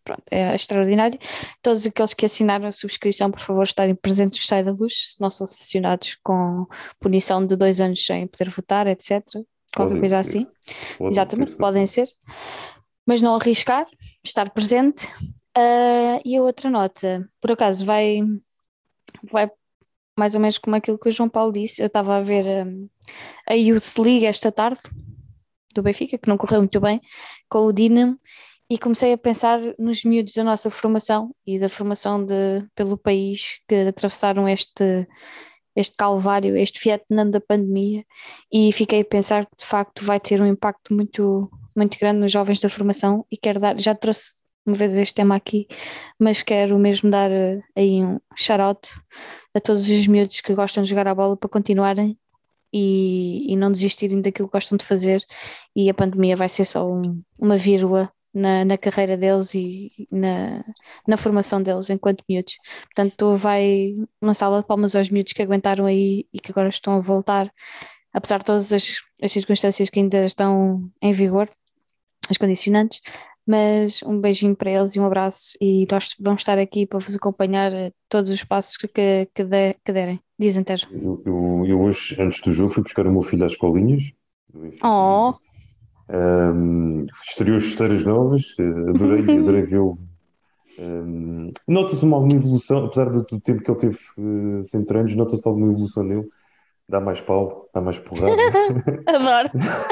pronto, é extraordinário. Todos aqueles que assinaram a subscrição, por favor, estarem presentes no Estádio da Luz, se não são sancionados com punição de dois anos sem poder votar, etcétera. Qualquer Podem coisa ser. assim. Podem Exatamente, ser, podem ser. Mas não arriscar, estar presente. Uh, e a outra nota, por acaso, vai, vai mais ou menos como aquilo que o João Paulo disse. Eu estava a ver um, a Youth League esta tarde, do Benfica, que não correu muito bem, com o Dinamo, e comecei a pensar nos miúdos da nossa formação e da formação de, pelo país que atravessaram este, este calvário, este Vietnã da pandemia, e fiquei a pensar que de facto vai ter um impacto muito, muito grande nos jovens da formação, e quero dar, já trouxe uma vez este tema aqui, mas quero mesmo dar uh, aí um shout-out a todos os miúdos que gostam de jogar a bola para continuarem e, e não desistirem daquilo que gostam de fazer, e a pandemia vai ser só um, uma vírgula na, na carreira deles e na, na formação deles enquanto miúdos. Portanto, vai uma salva de palmas aos miúdos que aguentaram aí e que agora estão a voltar, apesar de todas as, as circunstâncias que ainda estão em vigor, as condicionantes. Mas um beijinho para eles e um abraço, e nós vamos estar aqui para vos acompanhar a todos os passos que, que, de, que derem. Dizem, Tejo. Eu, eu, eu hoje, antes do jogo, fui buscar o meu filho às escolinhas. Oh, Um, estreou chuteiras novas, eh, adorei, adorei vê-lo. Um, nota-se uma alguma evolução, apesar do, do tempo que ele teve eh, sem treinos, nota-se alguma evolução nele. Dá mais pau, dá mais porrada. adoro.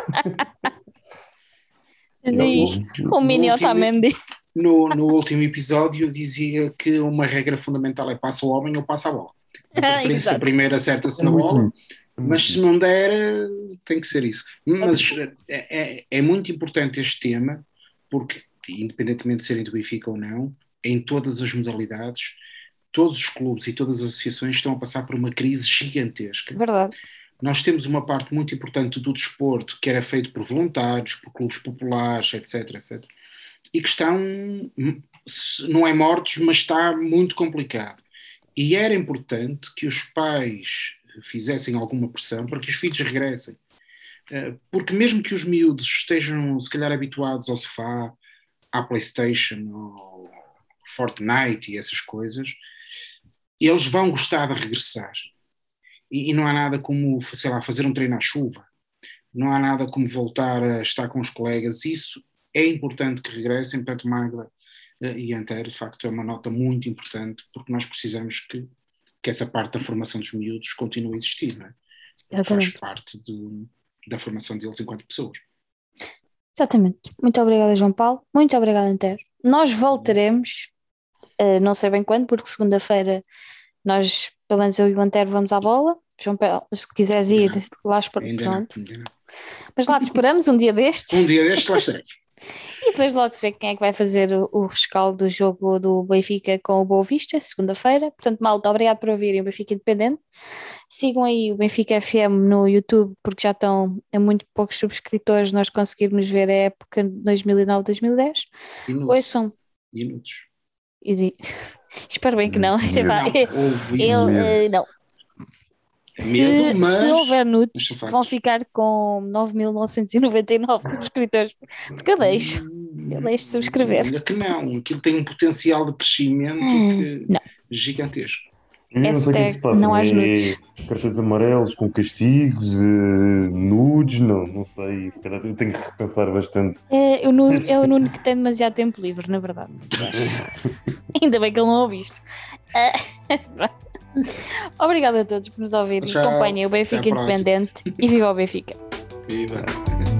Sim, No- o mini no último- Otamendi. No, no último episódio eu dizia que uma regra fundamental é passa o homem ou passa a bola. De preferência, Exato. a primeira acerta-se É na muito bola, isso. É muito mas se isso. não der, eh, tem que ser isso. Mas é, é, é muito importante este tema, porque, independentemente de serem do Benfica ou não, em todas as modalidades, todos os clubes e todas as associações estão a passar por uma crise gigantesca. Verdade. Nós temos uma parte muito importante do desporto que era feito por voluntários, por clubes populares, etc, etcétera. E que estão, não é mortos, mas está muito complicado. E era importante que os pais fizessem alguma pressão para que os filhos regressem. Eh, Porque mesmo que os miúdos estejam, se calhar, habituados ao sofá, à PlayStation, ao Fortnite e essas coisas, eles vão gostar de regressar. E, e não há nada como, sei lá, fazer um treino à chuva. Não há nada como voltar a estar com os colegas. Isso é importante que regressem. Portanto, Magda eh, e Antero, de facto, é uma nota muito importante, porque nós precisamos que, que essa parte da formação dos miúdos continue a existir, não é? Porque faz Exatamente. parte de, da formação deles enquanto pessoas. Exatamente. Muito obrigada, João Paulo. Muito obrigada, Antero. Nós voltaremos, eh, não sei bem quando, porque segunda-feira nós, pelo menos eu e o Antero, vamos à bola. João Paulo, se quiseres ir, Ainda lá espera. Ainda não, Pronto. ainda não. Mas lá te esperamos um dia destes. Um dia destes lá estarei. E depois logo se vê quem é que vai fazer o, o rescaldo do jogo do Benfica com o Boa Vista, segunda-feira. Portanto, malta, obrigado por ouvirem o Benfica Independente. Sigam aí o Benfica F M no YouTube, porque já estão a muito poucos subscritores, nós conseguirmos ver a época dois mil e nove, dois mil e dez. Minutos. Ouçam. Minutos. Easy. Espero bem que não. Medo. Epá, Não, houve isso. ele, eh, não. É medo, Se, mas- se houver mas nudes, são factos. vão ficar com nove mil novecentos e noventa e nove subscritores. Porque eu deixo. Eu deixo de subscrever. Olha que não, aquilo tem um potencial de crescimento que- Não. gigantesco. Eu não sei o que é que se passa. Não há é nudes. cartões amarelos com castigos, eh, nudes, não, não sei. Se calhar eu tenho que repensar bastante. É, o Nuno, é o Nuno que tem demasiado tempo livre, na verdade. Ainda bem que ele não ouviu isto. Ah, Obrigada a todos por nos ouvirem. Tchau. Acompanhem o Até Benfica à próxima. Independente e viva o Benfica. Viva.